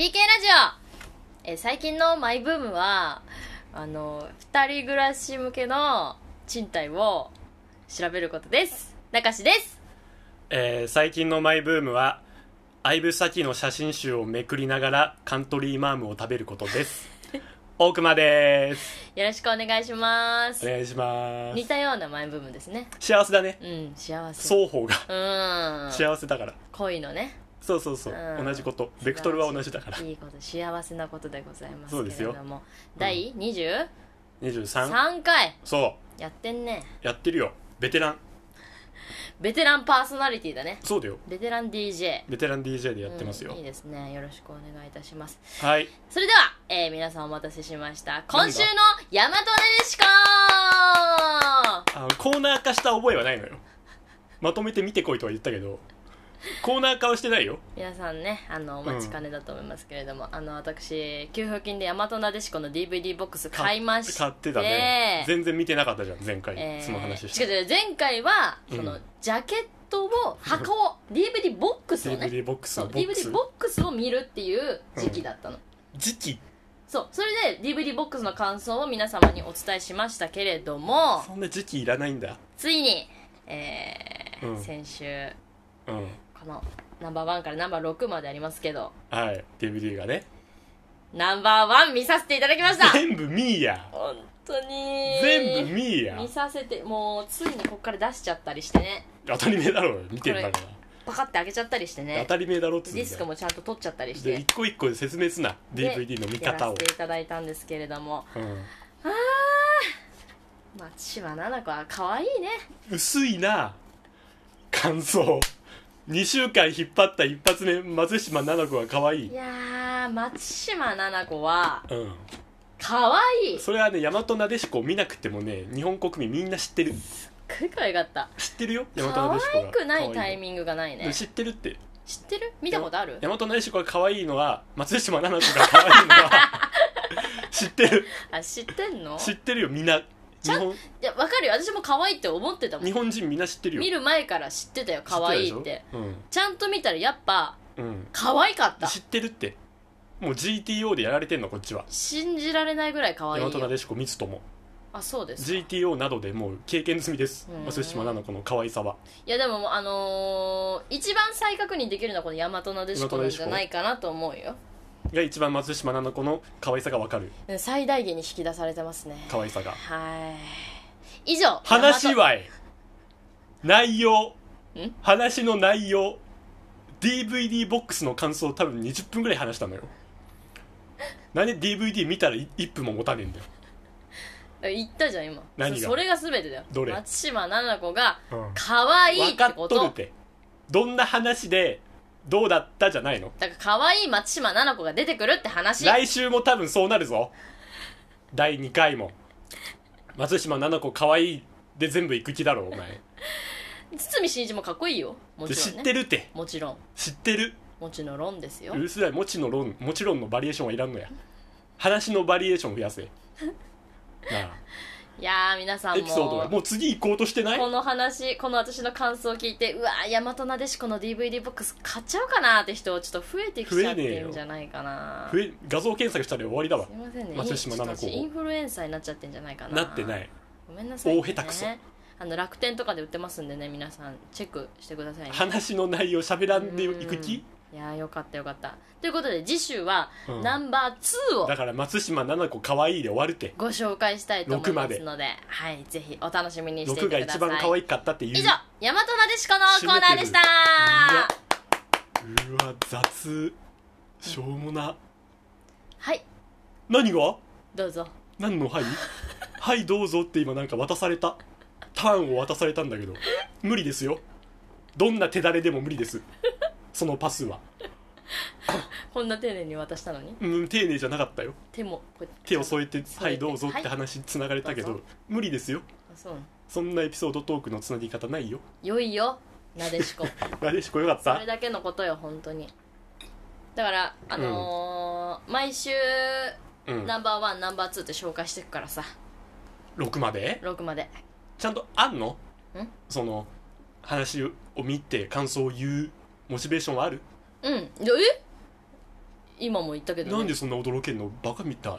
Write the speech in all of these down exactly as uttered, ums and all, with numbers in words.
ピーケー ラジオ、え最近のマイブームはあのふたり暮らし向けの賃貸を調べることです。中志です。 えー、最近のマイブームは相武咲の写真集をめくりながらカントリーマームを食べることです大熊です。 よろしくお願いします。 お願いします。 似たようなマイブームですね。 幸せだね。 うん、幸せ。 双方がうん幸せだから。 恋のね。 そうそうそう、 うん、 同じこと。ベクトルは同じだから。 いいこと、幸せなことでございますそうですよ。 けれども、第 にじゅうにじゅうさんさんかいそうやってんね。 やってるよ。ベテランベテランパーソナリティだね。 そうだよ。 ベテラン ディージェー、 ベテラン ディージェー でやってますよ、 うん、いいですね。よろしくお願いいたします。 はい。 それでは、えー、皆さんお待たせしました。今週の大和なでしこあコーナー化した覚えはないのよ。まとめて見てこいとは言ったけどコーナー化はしてないよ。 皆さんね、あのお待ちかねだと思いますけれども、うん、あの私給付金で大和なでしこの ディーブイディー ボックス買いまして、 買ってたね。全然見てなかったじゃん前回、 えー、 その話して。 違う違う、前回はその、うん、ジャケットを箱をディーブイディー ボックスをねディーブイディー ボックスをディーブイディー ボックスを見るっていう時期だったの、 うん、時期。 そう、それで ディーブイディー ボックスの感想を皆様にお伝えしましたけれども、 そんな時期いらないんだ。 ついに、えーうん、先週、 うん、 このナンバーワンからナンバーろくまでありますけど、 はい、ディーブイディー がねナンバーワン見させていただきました。 全部見ーや。 本当に全部見ーや。 見させて、もうついにここから出しちゃったりしてね。 当たり前だろう、見てるんだからパカって開けちゃったりしてね。 当たり前だろっつうんだよ。 ディスクもちゃんと取っちゃったりして、 一個一個で説明すな ディーブイディー の見方をやらせていただいたんですけれども、うん、ああ松島菜々子は可愛いね。 薄いな感想。にしゅうかん引っ張った一発目、松島菜々子は可愛い。 いやー、松島菜々子はうん可愛い。 それはね、大和なでしこを見なくてもね、日本国民みんな知ってる。 すっごい可愛かった。 知ってるよ、大和なでしこが可愛くないタイミングがないね。 知ってるって。 知ってる？見たことある？ 大和なでしこが可愛いのは、松島菜々子が可愛いのは知ってる。 あ、知ってんの？ 知ってるよ、みんな。 日本、いや、わかるよ。私も可愛いって思ってたもん。 日本人みんな知ってるよ。 見る前から知ってたよ、可愛いって。 うん、 ちゃんと見たらやっぱ、 うん、 可愛かった。 知ってるって。もう ジーティーオー でやられてんのこっちは。 信じられないぐらい可愛いよ。 大和なでしこ光友。 あ、そうです。 ジーティーオー などでもう経験済みです。松島菜々子の可愛さは。 いやでもあのー、一番再確認できるのはこの大和なでしこなんじゃないかなと思うよ。 が一番松島菜々子の可愛さが分かる。 最大限に引き出されてますね、 可愛さが。 はい。以上、 話はえ内容ん話の内容 ディーブイディー ボックスの感想を多分にじゅっぷんぐらい話したのよ。なんで ディーブイディー 見たらいっぷんも持たねえんだよ。 言ったじゃん今。 何が？ それが全てだよ。 どれ？ 松島菜々子が可愛いってこと、 分かっとるって。どんな話でどうだったじゃないの。 だから可愛い松島菜々子が出てくるって話。 来週も多分そうなるぞ。だいにかいも松島菜々子可愛いで全部行く気だろお前。 堤真一もかっこいいよ、もちろん、ね、 知ってるって。 もちろん知ってる。 もちろん論ですよ。 うるさい。もちの論、もちろんのバリエーションはいらんのや。話のバリエーション増やせなあ。 いやー、皆さんもエピソードがもう次行こうとしてない？ この話、この私の感想を聞いて、うわー、大和なでしこの ディーブイディー ボックス買っちゃおうかなって人ちょっと増えてきちゃってるんじゃないかな。 増え画像検索したら終わりだわ。 すいませんね、 松島菜々子インフルエンサーになっちゃってんじゃないかな。 なってない。 ごめんなさい、ね、 大下手くそ。 あの楽天とかで売ってますんでね、皆さんチェックしてくださいね。 話の内容喋らんでいく気？ いやー、よかったよかった。ということで次週は、うん、ナンバーツーをだから松島菜々子可愛いで終わるってご紹介したいと思いますので、はい、ぜひお楽しみにしていてください。 ろくが一番可愛かったっていう。 以上、大和なでしこのコーナーでした。 うわ、うわ雑、しょうもな、うん、 はい。 何が？ どうぞ。 何のはいはいどうぞって今なんか渡された、ターンを渡されたんだけど無理ですよ。どんな手だれでも無理です。そのパスはこんな丁寧に渡したのに、 うん、丁寧じゃなかったよ。 手もこう手を添えてはいどうぞって話つながれたけど、はい、無理ですよ。 あ、そう。 そんなエピソードトークのつなぎ方ないよ。 よいよなでしこなでしこよかった。 それだけのことよ本当に。だからあのーうん、毎週、うん、ナンバーワンナンバーツーって紹介していくからさ。 ろくまでろくまでちゃんとあんの？ んその話を見て感想を言うモチベーションはある？ うん。え今も言ったけどね。 なんでそんな驚けんの？バカみたい。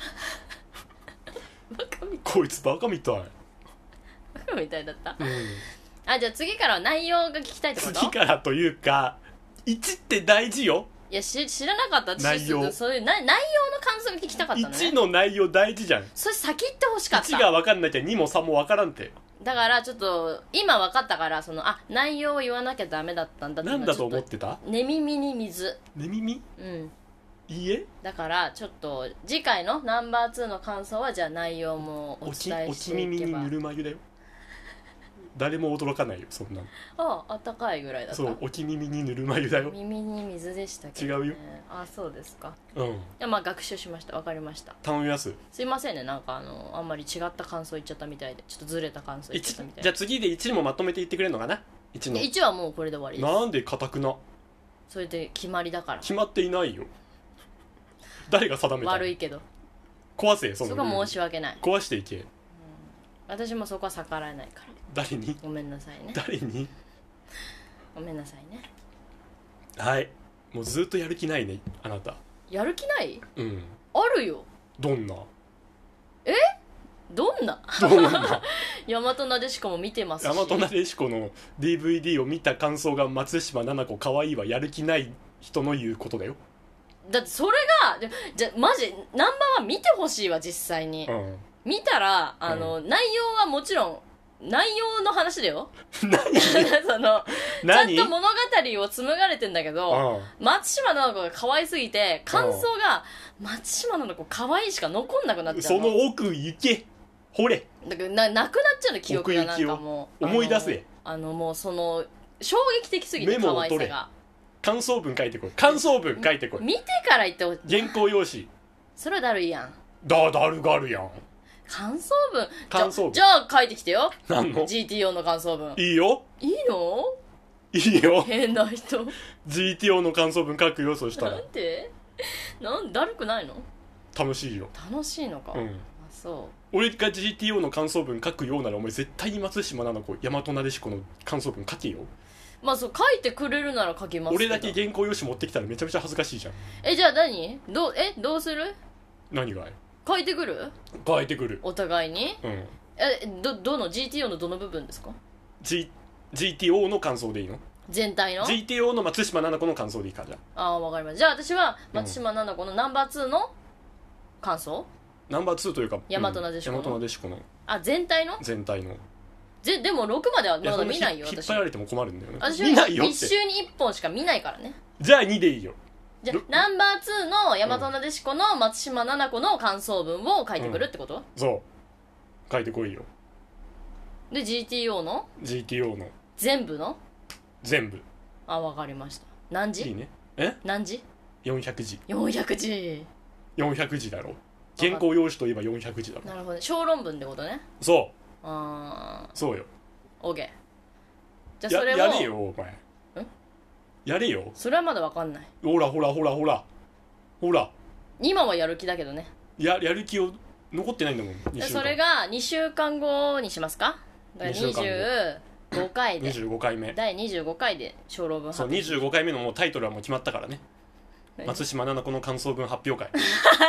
バカみこいつバカみたい。 バカみたいだった。 うん、 あ、じゃあ次からは内容が聞きたいってこと？ 次からというかいちって大事よ。 いやし知らなかった。 内容、 そういうな内容の感想が聞きたかったのね。 いちの内容大事じゃん。 それ先言ってほしかった。 いちが分かんなきゃにもさんも分からんて。 だからちょっと今分かったから、そのあ内容を言わなきゃダメだったんだって。 なんだと思ってた？ 寝耳に水。 寝耳？ うん。 いいえ。 だからちょっと次回のナンバーツーの感想はじゃあ内容もお伝えしていけば。 おき耳にぬるま湯だよ。誰も驚かないよそんなの。 ああ、あったかいぐらいだった。 そう、おき耳にぬるま湯だよ。 耳に水でしたけど、ね、 違うよ。 あ、そうですか。 うん。 いや、まあ学習しました。わかりました。 頼みます。 すいませんね、なんかあのあんまり違った感想言っちゃったみたいで、ちょっとずれた感想言っちゃったみたいで。 じゃあ次でいちにもまとめて言ってくれるのかな。いちのいちはもうこれで終わりです。 なんで固くな。 それで決まりだから。 決まっていないよ。誰が定めたの？ 悪いけど壊せ。そのそこは申し訳ない。 壊していけ、うん、 私もそこは逆らえないから。 誰に？ ごめんなさいね。 誰に？ ごめんなさいね。 はい。もうずっとやる気ないねあなた。 やる気ない？ うん。 あるよ。 どんな？ え？どんな？ どんな？ 大和なでしこも見てますし。 大和なでしこの ディーブイディー を見た感想が松島菜々子可愛いはやる気ない人の言うことだよ。 だってそれがじゃじゃマジナンバーワン見てほしいわ実際に、 うん、 見たらあの、うん、内容はもちろん内容の話だよ。 何そのちゃんと物語を紡がれてんだけど、うん、松島菜々子が可愛すぎて感想が、うん、松島菜々子可愛いしか残んなくなっちゃうの。 その奥行けほれ。 だからななくなっちゃうの記憶が。なんかもう思い出せ。 あのもうその衝撃的すぎて可愛さが。 感想文書いてこい。感想文書いてこい。 見てから言ってほしい。 原稿用紙。 それはだるいやん。 だだるがるやん。 感想文。 感想文。 じゃあ書いてきてよ。 何のジーティーオー の感想文。 いいよ。 いいの？ いいよ。 変な人。 ジーティーオー の感想文書くよ。そしたら。 なんで？なんだるくないの？ 楽しいよ。 楽しいのか。 うん。 あ、そう。 俺が ジーティーオー の感想文書くようならお前絶対に松島菜々子大和なでしこの感想文書けよ。 まあそう書いてくれるなら書きますけど。 俺だけ原稿用紙持ってきたらめちゃめちゃ恥ずかしいじゃん。 え、じゃあ何どうえどうする？ 何がい？ 書いてくる？ 書いてくる。 お互いに？ うん。 え、どどの ジーティーオー のどの部分ですか？ Gジーティーオー の感想でいいの？ 全体のジーティーオー の松島菜々子の感想でいいか。じゃああ、わかりました。じゃあ私は松島菜々子のナンバーツーの感想、 うん、ナンバーツーというか大和なでしこの、 うん、大和なでしこのあ、全体の全体のぜでもろくまではまだ見ないよ。 引っ張られても困るんだよね。 私見ないよって。 一週にいっぽんしか見ないからね。 じゃあにでいいよ。 じゃあナンバーツーの大和なでしこの松島菜々子の感想文を書いてくるってこと、うん、 そう書いてこいよ。 で ジーティーオー のジーティーオー の全部の全部。 あ、わかりました。何時？ いいね。え何時？ よんひゃくじ。 よんひゃくじ。 よんひゃくじだろ。原稿用紙といえばよんひゃくじだろ。 なるほど、小論文ってことね。 そう。 ああ、 そうよ。 オーケー。じゃあそれをや, やれよお前。 んやれよ。 それはまだわかんない。 ほらほらほらほらほら。 今はやる気だけどね。 ややる気を残ってないんだもん。にしゅうかん。 それがにしゅうかんごにしますか。だからにじゅうごかいでにじゅうごかいめだいにじゅうごかいで小論文発表。そうにじゅうごかいめのもうタイトルはもう決まったからね。松島菜々子の感想文発表会。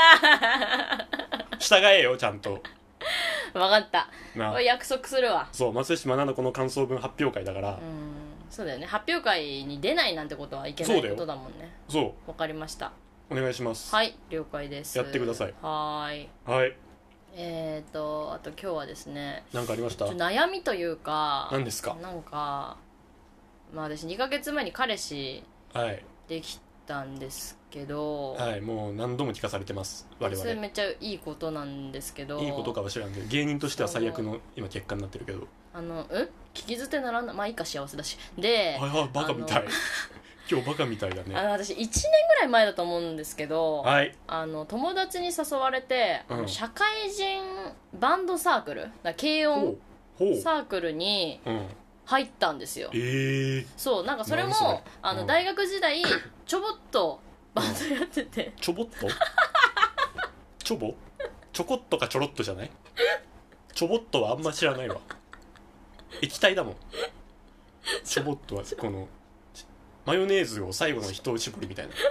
従えよちゃんと。 分かった。 な約束するわ。 そう、松島菜々子の感想文発表会だから。 うん、そうだよね。発表会に出ないなんてことはいけないことだもんね。 そう。 わかりました。 お願いします。 はい、了解です。 やってください。 はい。 はい。 えーとあと今日はですね。 何かありました？ 悩みというか。 何ですか？ なんかまあ私にかげつまえに彼氏できたんですけど、 はい、はい、もう何度も聞かされてます我々。 それめっちゃいいことなんですけど。 いいことかは知らんけど芸人としては最悪の今結果になってるけど、 あのうん聞き捨てならない、まあいいか、幸せだしで、 はいはい、バカみたい今日バカみたいだね。 あの私いちねんぐらい前だと思うんですけど、 はい、 あの友達に誘われて、 うん、 社会人バンドサークル、軽音サークルに入ったんですよ。 えー、 そう、なんかそれもそれあの、 うん、 大学時代ちょぼっとバンドやってて、 ちょぼっとちょぼちょこっとかちょろっとじゃない？ちょぼっとはあんま知らないわ。液体だもん。ちょぼっとはこのマヨネーズを最後の一絞りみたいな。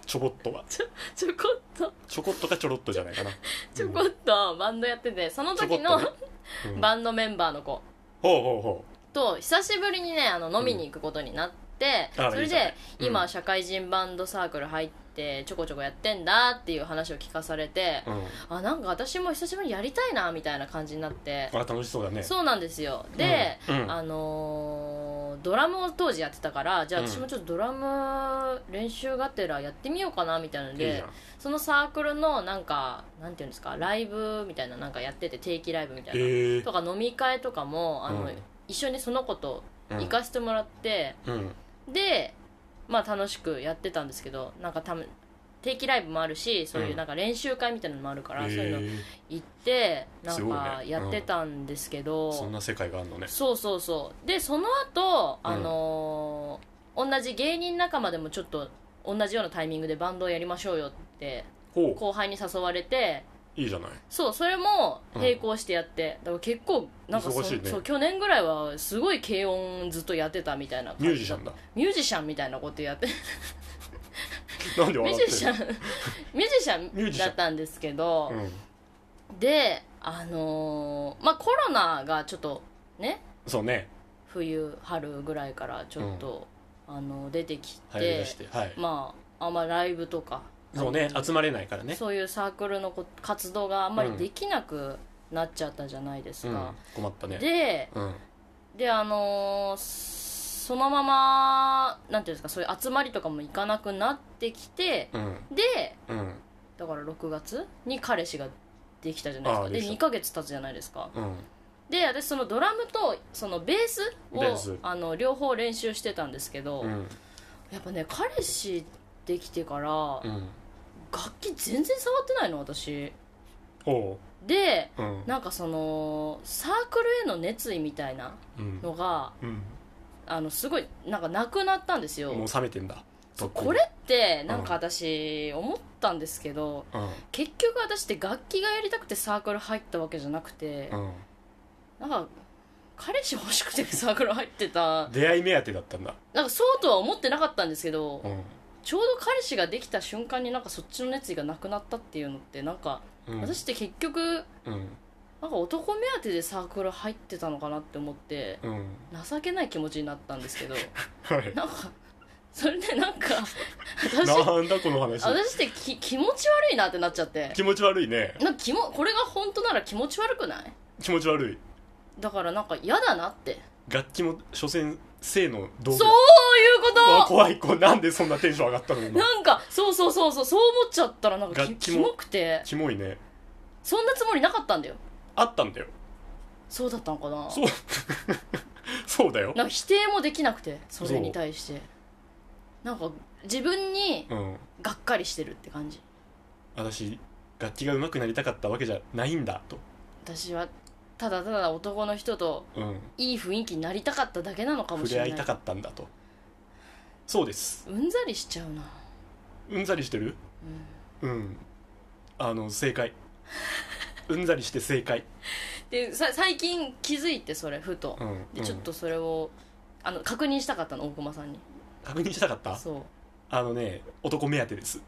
ちょこっとはちょちょこっとちょこっとかちょろっとじゃないかなちょこっとバンドやってて、その時の、 ちょこっとねうんバンドメンバーの子ほうほうほと久しぶりにねあの飲みに行くことになって、 うんあそれでいいじゃないうん今社会人バンドサークル入ってちょこちょこやってんだっていう話を聞かされて、 う、うん、 あなんか私も久しぶりにやりたいなみたいな感じになってあ楽しそうだねそうなんですよで、 うんうんあのードラムを当時やってたからじゃあうん私もちょっとドラム練習がてらやってみようかなみたいなのでいいじゃんそのサークルのなんかなんていうんですかライブみたいななんかやってて定期ライブみたいな、 へえとか飲み会とかもあの、 うん一緒にその子とうん行かせてもらって、 うんでまあ楽しくやってたんですけどなんかた定期ライブもあるしそういうなんか練習会みたいなのもあるから、 へそういうのえ行ってなすごいんかねやってたんですけど、 そんな世界があるのねそうそうそうでその後、あのー同じ芸人仲間でもちょっと同じようなタイミングでバンドをやりましょうよってほう後輩に誘われていいじゃないそうそれも並行してやって、だから結構なんかそ忙しいねそう去年ぐらいはすごい軽音ずっとやってたみたいな感じミュージシャンだミュージシャンみたいなことやってなんでミュ笑ってんージシャンミュージシャンミュージシャンだったんですけど、 うん、 であのーまあコロナがちょっとねそうね冬春ぐらいからちょっと、あの出てき流行りてだしてはいまああんまライブとかそうねあの集まれないからねそういうサークルのこ活動があんまりできなくなっちゃったじゃないですうんか、 困ったねでうんであのーそのままなんていうんですかそういう集まりとかも行かなくなってきてうんでうんだからろくがつに彼氏ができたじゃないですかでああできたにかげつ経つじゃないですかうんで私そのドラムとそのベースをベースあの両方練習してたんですけど、 うんやっぱね彼氏できてから、 うん楽器全然触ってないの私ほでううんなんかそのサークルへの熱意みたいなうんのがうんあのすごいなんかなくなったんですよもう冷めてんだそうとっくにこれってなんか私思ったんですけど、 うん結局私って楽器がやりたくてサークル入ったわけじゃなくて、 うんなんか彼氏欲しくてサークル入ってた出会い目当てだったんだなんかそうとは思ってなかったんですけど、 うんちょうど彼氏ができた瞬間になんかそっちの熱意がなくなったっていうのってなんか、 うん私って結局うんなんか男目当てでサークル入ってたのかなって思ってうん情けない気持ちになったんですけどはいなんかそれでなんか私なんだこの話私ってき気持ち悪いなってなっちゃって気持ち悪いねなんか気もこれが本当なら気持ち悪くない気持ち悪いだからなんか嫌だなって楽器も所詮性の道具そういううわこと怖い子なんでそんなテンション上がったの今なんかそうそうそうそうそう思っちゃったらなんかきキ楽器もモくてキモいねそんなつもりなかったんだよあったんだよそうだったのかなそうそうだよなんか否定もできなくてそれに対してなんか自分にうんがっかりしてるって感じ私楽器が上手くなりたかったわけじゃないんだと私はただただ男の人とうんいい雰囲気になりたかっただけなのかもしれない触れ合いたかったんだとそうですうんざりしちゃうなうんざりしてるうんあの正解うんざりして正解でさ最近気づいてそれふと、 うんうんでちょっとそれをあの確認したかったの大駒さんに確認したかったそうあのね男目当てです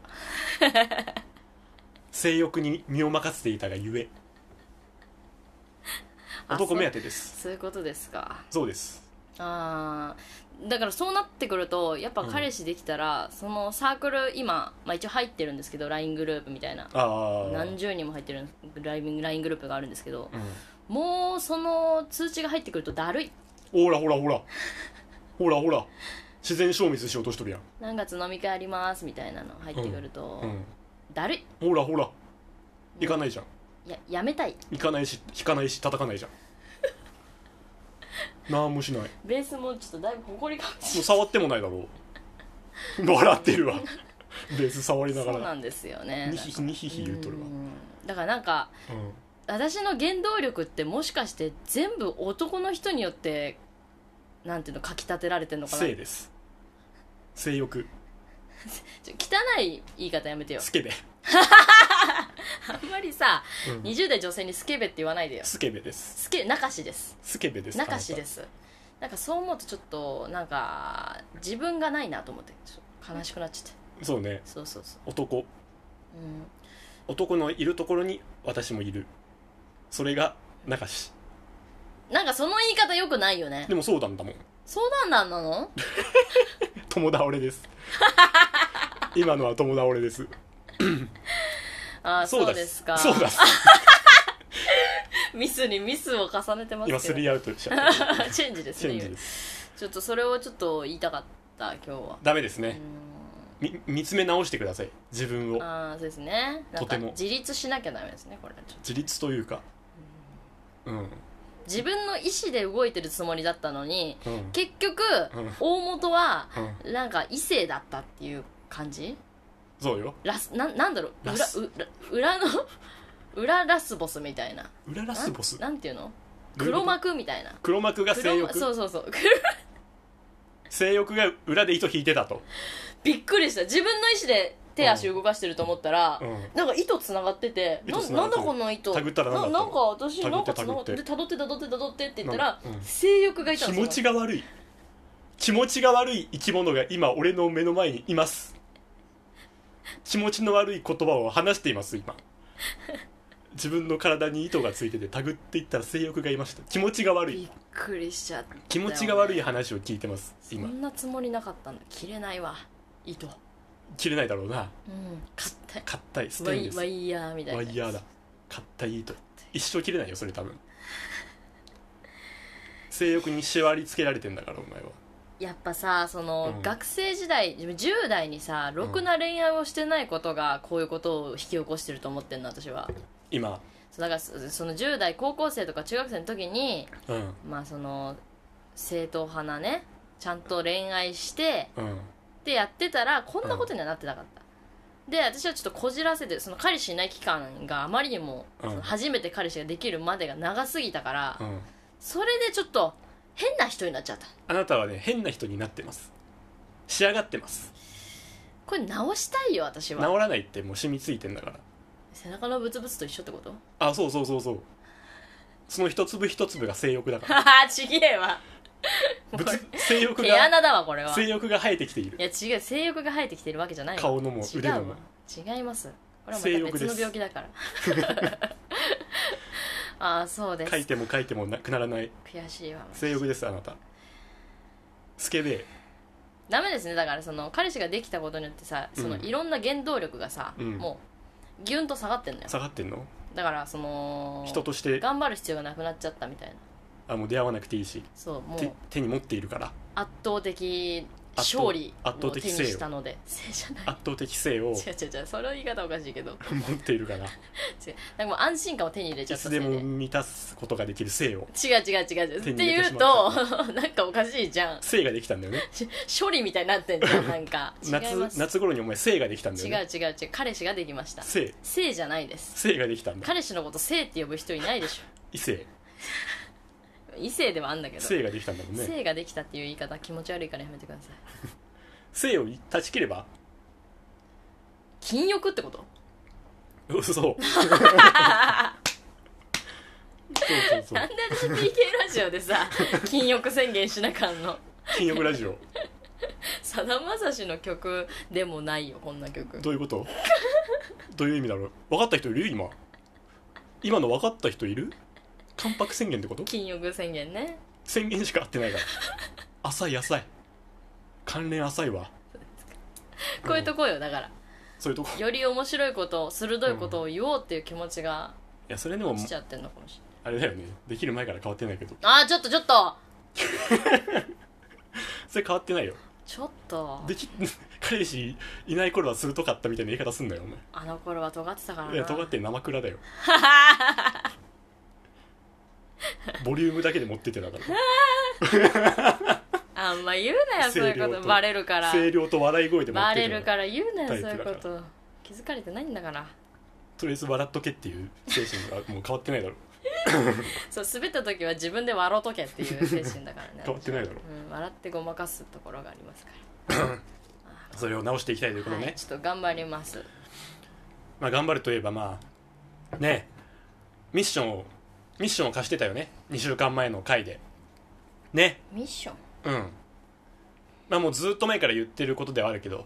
性欲に身を任せていたがゆえあ男目当てですそういうことですかそうですあーだからそうなってくるとやっぱ彼氏できたら、そのサークル今、まあ、一応入ってるんですけど ライン グループみたいなああ何十人も入ってるライン ライングループがあるんですけど、 うん、 もうその通知が入ってくるとだるいほらほらほらほらほら自然消滅しようとしとるやん、 何月飲み会ありますみたいなの入ってくると、 うん、 だるいほらほら行かないじゃんいややめたい行かないし引かないし叩かないじゃんなんもしないもベースもちょっとだいぶほこりがう触ってもないだろう笑ってるわベース触りながらそうなんですよねニヒヒニヒヒ言うとるわうんだからなんかうん私の原動力ってもしかして全部男の人によってなんていうのかきたてられてるのかな性です性欲ちょ汚い言い方やめてよスケベあんまりさ、 うんにじゅう代女性にスケベって言わないでよスケベですスケ中しですスケベです中しですなんかそう思うとちょっとなんか自分がないなと思ってちょっと悲しくなっちゃってそうね、 そうそうそう、 男うん、 男のいるところに私もいる、それが中志。 なんかその言い方よくないよね。 でもそうなんだもん。 そうなんなの友倒れです今のは友倒れです。 ああ、 そうだそうですか。 そうだミスにミスを重ねてますけど、 今スリーアウトしちゃったチェンジですね。 チェンジです。 ちょっとそれをちょっと言いたかった今日は。 ダメですね、 うみ見つめ直してください自分を。 ん、ああそうですね。なんかとても自立しなきゃダメですねこれはちょっと。 自立というか、うん、 自分の意思で動いてるつもりだったのに、 うん、 結局、 うん、 大元は、 うん、 なんか異性だったっていう感じ。 そうよ。 ラスななんだろう、裏ラスう裏の裏ラスボスみたいな。 裏ラスボスなんなんていうの、 どういうこと黒幕みたいな。 黒幕が性黒欲、 そうそうそう性欲が裏で糸引いてたと。 びっくりした。自分の意思で手足動かしてると思ったら、 うんなんか糸つながってて、な糸繋がってるなんだこの糸、 たぐったらなんだったのななんか私なんかつながってたぐってたどってたどってたどってって言ったら、 うん性欲がいた気の。 持ちが悪い気持ちが悪い生き物が今俺の目の前にいます。気持ちの悪い言葉を話しています今。自分の体に糸がついててたぐっていったら性欲がいました。気持ちが悪いびっくりしちゃったよね。 気持ちが悪い話を聞いてますそ今。 んなつもりなかったんだ。切れないわ糸。 切れないだろうな。 うん、硬い硬いスワテンレスイワイヤーみたいなやつ。 ワイヤーだ。硬い糸一生切れないよそれ多分。性欲に縛り付けられてんだからお前は。 やっぱさ、その、 うん学生時代じゅう代にさ、ろくな恋愛をしてないことがこういうことを引き起こしてると思ってんの私は。 今そうだからそそのじゅう代高校生とか中学生の時に、 うんまあその正統派なね、ちゃんと恋愛してうんってやってたらこんなことにはなってなかった、で私はちょっとこじらせて、その彼氏いない期間があまりにも、 うんその初めて彼氏ができるまでが長すぎたから、 うんそれでちょっと変な人になっちゃった。 あなたはね変な人になってます。仕上がってます。 これ直したいよ私治は。 らないってもう染みついてんだから。 背中のブツブツと一緒ってこと？ あ、そうそうそうそう。その一粒一粒が性欲だから。 ははちげえわ。 ぶつ性欲毛穴がだわこれは。 性欲が生えてきている。 いや違う、性欲が生えてきてるわけじゃないわ。 顔のも腕のも違うわ、違います。これはま性欲ですた別の病気だからああそうです。 書いても書いてもなくならない悔しいわ。 性欲ですあなた。スケベ。 ダメですね。だからその彼氏ができたことによってさ、そのうんいろんな原動力がさ、 うんもうギュンと下がってんのよ。 下がってんの？ だからその人として頑張る必要がなくなっちゃったみたいな。 あもう出会わなくていいし、 そう、もう手手に持っているから圧倒的圧倒勝利圧倒を手に的性をしたので、性じゃない、 圧倒的性を違う違う違う、その言い方おかしいけど持っているから違う、なんかもう安心感を手に入れちゃいつでったせいで。 も満たすことができる性を違う違う違う違う手って言うに入れてしまとなんかおかしいじゃん。 性ができたんだよね。 処理みたいになってんじゃんなんか違い夏ます。 夏頃にお前性ができたんだ違うよね。 違う違う、彼氏ができました。 性性じゃないです。 性ができたんだ。 彼氏のこと性って呼ぶ人いないでし異性ょ。異性ではあんだけど、 性ができたんだもんね。 性ができたっていう言い方気持ち悪いからやめてください。 性を断ち切れば禁欲ってこと？ 嘘そうそうそうなんで私 ピーケー ラジオでさ禁欲宣言しなかんの？ 禁欲ラジオさだまさしの曲でもないよこんな曲。 どういうことどういう意味だろう。分かった人いる今今の分かった人いる。関白宣言ってこと？ 禁欲宣言ね。 宣言しか合ってないから浅い浅い関連浅いわ。 こういうとこよ。だからそういうとこ。いより面白いこと鋭いことを言おうっていう気持ちがやそれでもしちゃってんのかもしれあれだよね。できる前から変わってないけどない。あーちょっとちょっとそれ変わってないよ。 ちょっとでき彼氏いない頃は鋭かったみたいな言い方すんなよお前。 あの頃は尖ってたからないや尖って生クラだよボリュームだけで持っててだからあんま言うなよそういう声量こととバレるから。 声量と笑い声で持っバててレるから言うなよそうタイプだからいうこと。気づかれてないんだから。 とりあえず笑っとけっていう精神がもう変わってないだろそう滑った時は自分で笑うとけっていう精神だからね変わってないだろうん、笑ってごまかすところがありますからそれを直していきたいということね、 はい、ちょっと頑張ります。 まあ頑張るといえばまあねミッションをミッションを貸してたよねにしゅうかんまえの回でね。 ミッションうんまあもうずっと前から言ってることではあるけど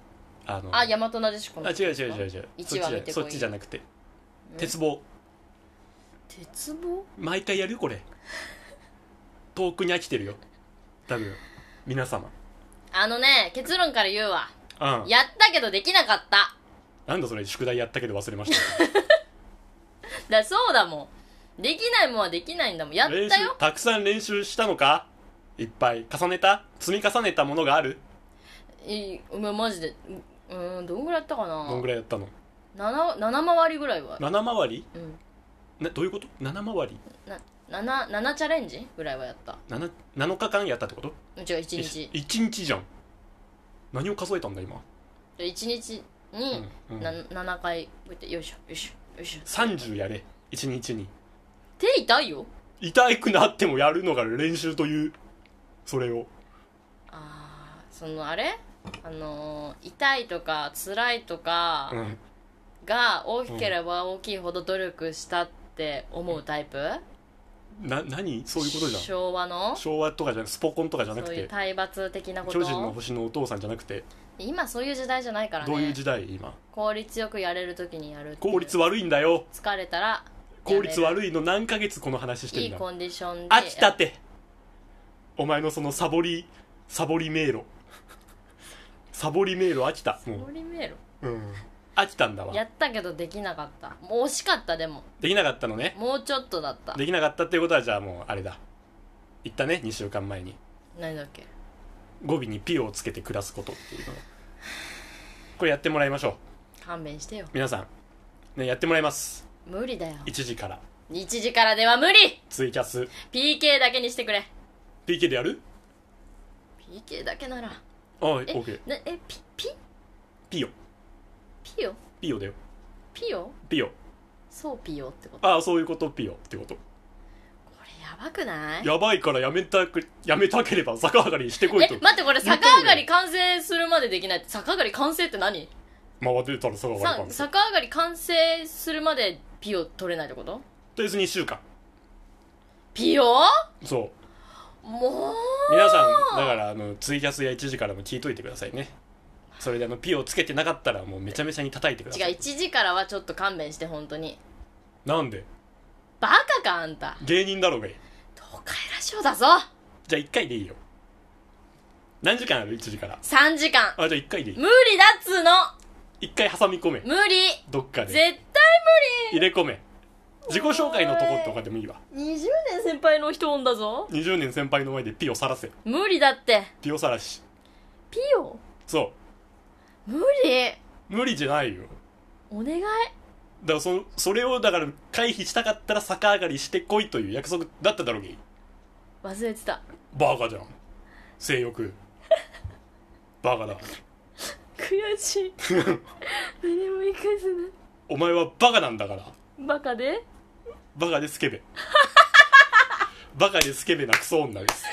あのあ、大和なでしこのあ違う違う違う違う一話見てこいそっちじゃなくて鉄棒鉄棒毎回やるよこれ遠くに飽きてるよ多分皆様。 あのね、結論から言うわ。 うんやったけどできなかった。 なんだそれ、宿題やったけど忘れましただそうだもん。できないもんはできないんだもん。やった練習よ。 たくさん練習したのか。いっぱい重ねた積み重ねたものがある。 いお前マジでうーんどんぐらいやったかな。 どんぐらいやったの。 7, 7回りぐらいは。 なな回り。 うんなどういうこと。なな回り。 な 7, 7チャレンジぐらいはやった。 なな, なのかかんやったってこと。 違ういちにち。 いちにちじゃん。何を数えたんだ今。 いちにちに、 うんうん、 なななかいこうやってよいしょよいしょよいしょさんじゅうやれいちにちに。 手痛いよ。 痛くなってもやるのが練習という。それをあーそのあれあのー、痛いとか辛いとかうんが大きければ大きいほど努力したって思うタイプ、 な何そういうことじゃん。 昭和の昭和とかじゃなくスポコンとかじゃなくそういうて体罰的なこと。 巨人の星のお父さんじゃなくて。 今そういう時代じゃないからね。 どういう時代今。 効率よくやれる時にやるっていう。 効率悪いんだよ。 疲れたら効率い悪いの何ヶ月この話してるんだ。 いいコンディションで飽きたってお前のそのサボりサボり迷路サボり迷路飽きたもサボり迷路う、うん、飽きたんだわ。 やったけどできなかった。もう惜しかった。でもできなかったのね。 もうちょっとだった。 できなかったっていうことはじゃあもうあれだ言ったねにしゅうかんまえに。 何だっけ。 語尾にピをつけて暮らすことっていうのこれやってもらいましょう。 勘弁してよ。 皆さんねやってもらいます。 無理だよ。 いちじからいちじからでは無理。 ツイキャスピーケー だけにしてくれ。 ピーケー でやる。 ピーケー だけなら。 ああオえッケー。 なえピピピヨピヨピヨだよピヨピヨ。 そうピヨってこと。 ああそういうことピヨってこと。 これやばくない。 やばいからやめたくやめたければ逆上がりしてこいと。 え待って、これ逆上がり完成するまでできないって。逆上がり完成って何。 回ってたら逆上がりさか逆上がり完成するまでピヨ取れないってこと。 とりあえずにしゅうかん。 ピヨそうもう皆さんだからあのツイキャスやいちじからも聞いといてくださいね。それであのピをつけてなかったらもうめちゃめちゃに叩いてください。 違ういちじからはちょっと勘弁して本当に。 なんで。 バカかあんた。 芸人だろうがいい。 東海ラジオだぞ。 じゃあいっかいでいいよ。何時間あるいちじから。 さんじかん。 あじゃあいっかいでいい。 無理だっつーの。 いっかい挟み込め。 無理。 どっかで絶対入れ込め。自己紹介のとことかでもいいわ。 無理。にじゅうねん先輩の人おんだぞ。 にじゅうねん先輩の前でピをさらせ。 無理だって。 ピをさらし。 ピヨそう無理。 無理じゃないよ。 お願い。 だから そ, それをだから回避したかったら逆上がりしてこいという約束だっただろうに。 忘れてた。 バカじゃん性欲バカだ悔しい何も言い返せない。 お前はバカなんだからバカでバカでスケベバカでスケベなクソ女です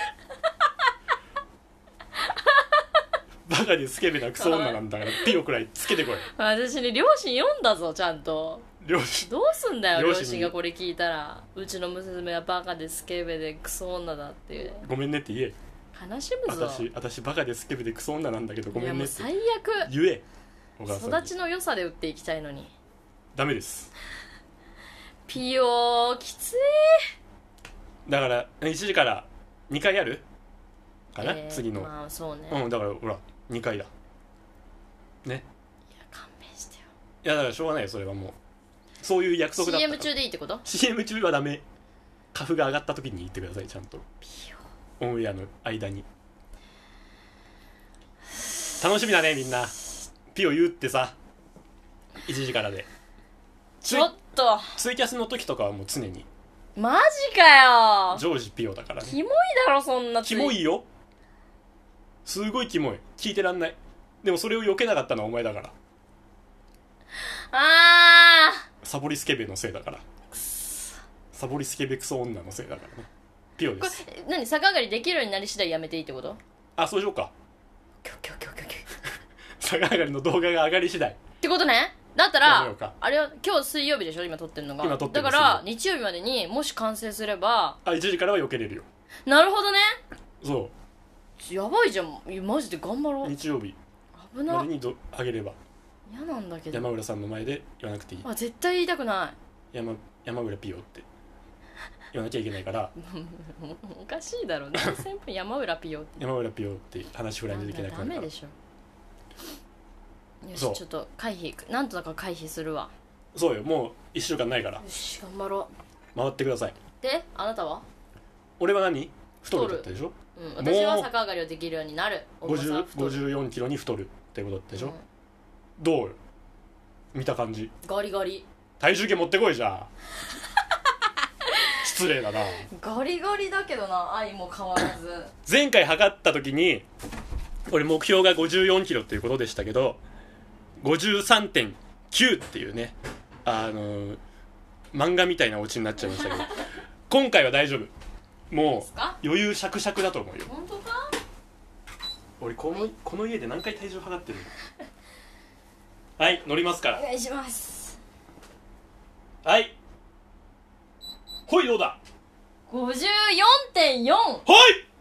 バカでスケベなクソ女なんだからピロくらいつけてこい。 私ね両親読んだぞちゃんと。 両親どうすんだよ両両親に親がこれ聞いたら。うちの娘はバカでスケベでクソ女だっていう。 ごめんねって言え。 悲しむぞ。 私私バカでスケベでクソ女なんだけどごいめんねってやもう最悪。 言え。お母さんに育ちの良さで打っていきたいのに。 ダメです。 ピヨーきつい。 だからいちじからにかいやるかな、 えー次の、 まあそうね、 うんだからほらにかいだね。 いや勘弁してよ。 いやだからしょうがないよそれはもうそういう約束だったから。 シーエム 中でいいってこと。 シーエム 中はダメ。花粉が上がった時に言ってくださいちゃんと。 ピヨオンエアの間に。楽しみだねみんな。ピを言うってさいちじからで。 ちょっとツイキャスの時とかはもう常にマジかよ。 常時ピオだからね。 キモいだろそんなツイ。 キモいよすごいキモい。聞いてらんない。でもそれを避けなかったのはお前だから。 あサボりスケベのせいだから。サボりスケベクソ女のせいだからね。ピオーこです。 れ何逆上がりできるようになり次第やめていいってこと。 あそうしようか。 キョキョキョキョキョ逆上がりの動画が上がり次第ってことね。だったらやめようか。 あれは今日水曜日でしょ今撮ってるのが。 今撮ってるだから日曜日までにもし完成すれば。 あいちじからは避けれるよ。 なるほどね。 そやばいじゃん。いやマジで頑張ろうう。 日曜日危危なまでにどあげれば嫌なんだけど。 山浦さんの前で言わなくていい。 あ絶対言いたくな山山浦ピヨって言わなきゃいけないからいおかしいだろ何千分山浦ピヨって山浦ピヨって話フライにできなくなるから。 ダメでしょ。よそうしちょっと回避なんとか回避するわ。 そうよ、もういっしゅうかんないからよし頑張ろ回ってください。 う。であなたは？ 俺は何太るだったでしょ。 うん私は逆上がりをできるようになる。 ごじゅう太るごじゅうよんキロに太るってことだったでしょ、 うんどうよ見た感じ。 ガリガリ体重計持ってこいじゃあ失礼だな。 ガリガリだけどな愛も変わらず。 前回測った時に俺目標がごじゅうよんキロっていうことでしたけど ごじゅうさんてんきゅう っていうねあのー、漫画みたいなオチになっちゃいましたけど今回は大丈夫。もう余裕しゃくしゃくだと思うよ。 本当か？ 俺このこの家で何回体重測ってるのはい乗りますから。 お願いします。 はいほいどうだ。 ごじゅうよんてんよん。 ほい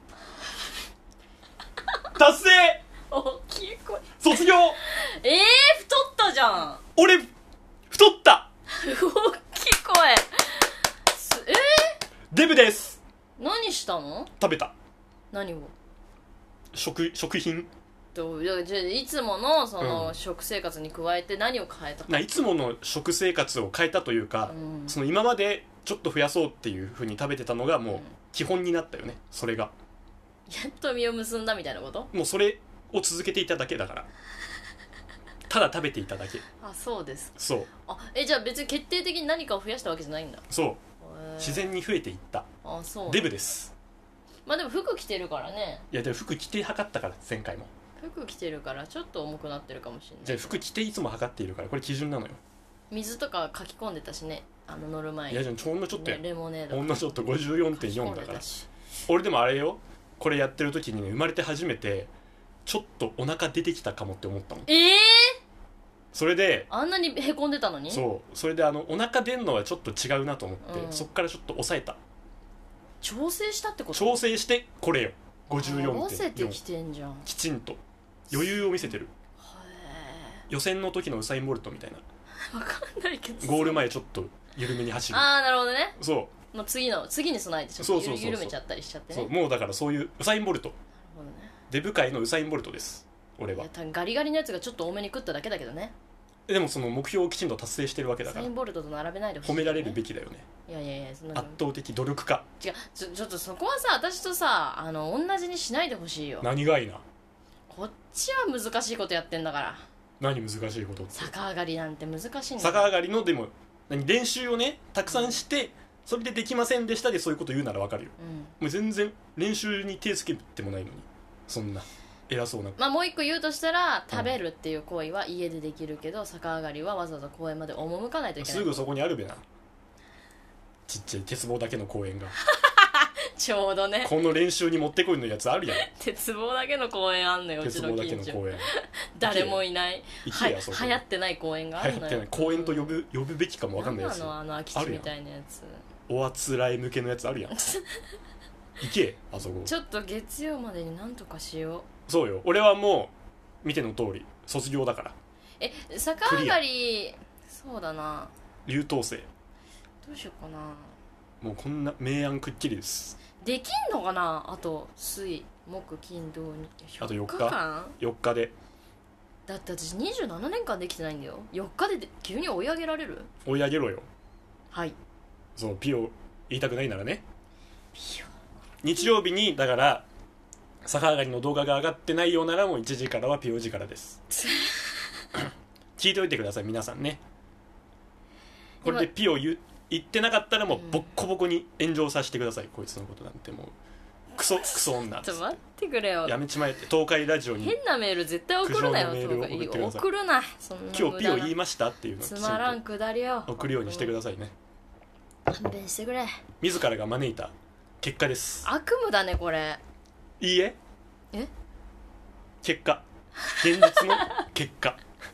達成大きい声。 卒業。 えー、太ったじゃん。 俺太った大きい声すえデブです。 ー、何したの？ 食べた何を食食品とじゃあじゃあいつものその、 うん食生活に加えて何を変えたか。 ないつもの食生活を変えたというか、 うんその今までちょっと増やそうっていう風に食べてたのがもううん基本になったよね。それがやっと実を結んだみたいなこと？ もうそれを続けていただけだからただ食べていただけ。 あそうですか。 そうあえじゃあ別に決定的に何かを増やしたわけじゃないんだ。 そうへー自然に増えていったあそうデブです。 まあでも服着てるからね。 いやでも服着て測ったから前回も。 服着てるからちょっと重くなってるかもしれない。 じゃあ服着ていつも測っているからこれ基準なのよ。 水とか書き込んでたしねあの乗る前に。 いやじゃあほんのちょっとやねレモネードほんのちょっとごじゅうよんてんよん書き込だからでたし俺でもあれよこれやってる時にね生まれて初めてちょっとお腹出てきたかもって思ったの。 ええー、 それであんなにへこんでたのに。 そうそれであのお腹出んのはちょっと違うなと思って、 うんそっからちょっと抑えた。 調整したってこと？ 調整してこれよごじゅうよんてんよん合わせてきてんじゃん。へきちんと余裕を見せてる。 え予選の時のウサイン・ボルトみたいな分かんないけどゴール前ちょっと緩めに走る。 ああなるほどね。 そもう次の次に備えてちょっとそうそうそうそう緩めちゃったりしちゃっうてね。 そうもうだからそういうウサイン・ボルトなるほどね。 デブ界のウサイン・ボルトです俺はいや。多分ガリガリのやつがちょっと多めに食っただけだけどね。 でもその目標をきちんと達成してるわけだサからインボルトと並べないでほしい、 褒められるべきだよね。 いやいやいやそんなの圧倒的努力家。 違うちょちょっとそこはさ私とさあの同じにしないでほしいよ。 何がいいな。 こっちは難しいことやってんだから。 何難しいことって。 逆上がりなんて難しいんだよ。 逆上がりのでも何練習をねたくさんしてそれでできませんでしたでそういうこと言うならわかるよ。 うんもう全然練習に手つけてもないのにそんな偉そうな。 まあもう一個言うとしたら食べるっていう行為は家でできるけど、逆上がりはわざわざ公園まで赴かないといけない。 すぐそこにあるべなちっちゃい鉄棒だけの公園がちょうどねこの練習に持ってこいのやつあるやん。 鉄棒だけの公園あんのようちの鉄棒だけの近所。 公園誰もいないは行けやそこ流行ってない公園があるのよ。 流行ってない公園と呼ぶ呼ぶべきかもわかんないやつ何なのあの空き地みたいなやつ。 おあつらえ向けのやつあるやん行けあそこ。 ちょっと月曜までになんとかしよう。 そうよ俺はもう見ての通り卒業だから。 え逆上がりそうだな優等生どうしようかな。 もうこんな明暗くっきりです。 できんのかなあと水木金土にあとよっかよっかよっかでだって私にじゅうななねんかんできてないんだよ。よっかで急に追い上げられる？ 追い上げろよ。 はいそうピオ言いたくないならね。 ピヨ日曜日にだから逆上がりの動画が上がってないようならもういちじからはピオ時からです聞いておいてください皆さんね。これでピオ言言ってなかったらもうボッコボコに炎上させてください、うん、こいつのことなんてもうクソクソ女ちょっと待ってくれよ。 やめちまえって東海ラジオに変なメール絶対送るなよ。 苦情のメールを送ってください。 送るなそんな今日ピオ言いまましたっていうのをきちんつまらんとくだりよ送るようにしてくださいね。 勘弁してくれ。 自らが招いた結果です。 悪夢だねこれ。 いいええ結果現実の結果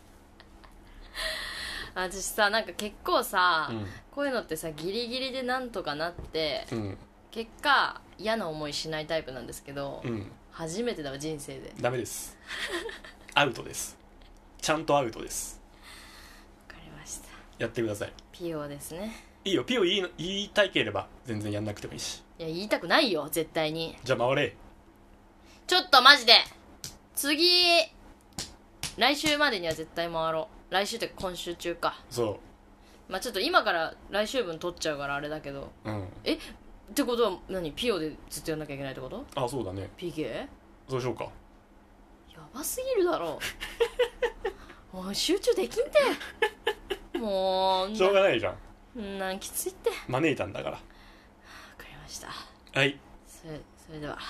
私さなんか結構さ、 うんこういうのってさギリギリでなんとかなってうん結果嫌な思いしないタイプなんですけど、 うん初めてだわ人生で。 ダメですアウトです。ちゃんとアウトです。 わかりました。 やってください。 ピオですね。 いいよ、ピオ言いの言いたいければ全然やんなくてもいいし。 いや言いたくないよ絶対に。 じゃあ回れ。 ちょっとマジで次来週までには絶対回ろう。来週って今週中か。 そまあちょっと今から来週分取っちゃうからあれだけど、 う。うん。 えってことは何ピオでずっとやんなきゃいけないってこと？ あ、そうだね。 ピーケー？ そうしようか。 やばすぎるだろもう集中できんてもうしょうがないじゃん。 んなんきついって。わ招いたんだから。 かりました。 はいそれそれでは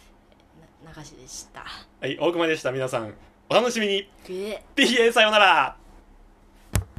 な流しでした。 はい、大熊でした。皆さんお楽しみに。 えピーケー さようなら。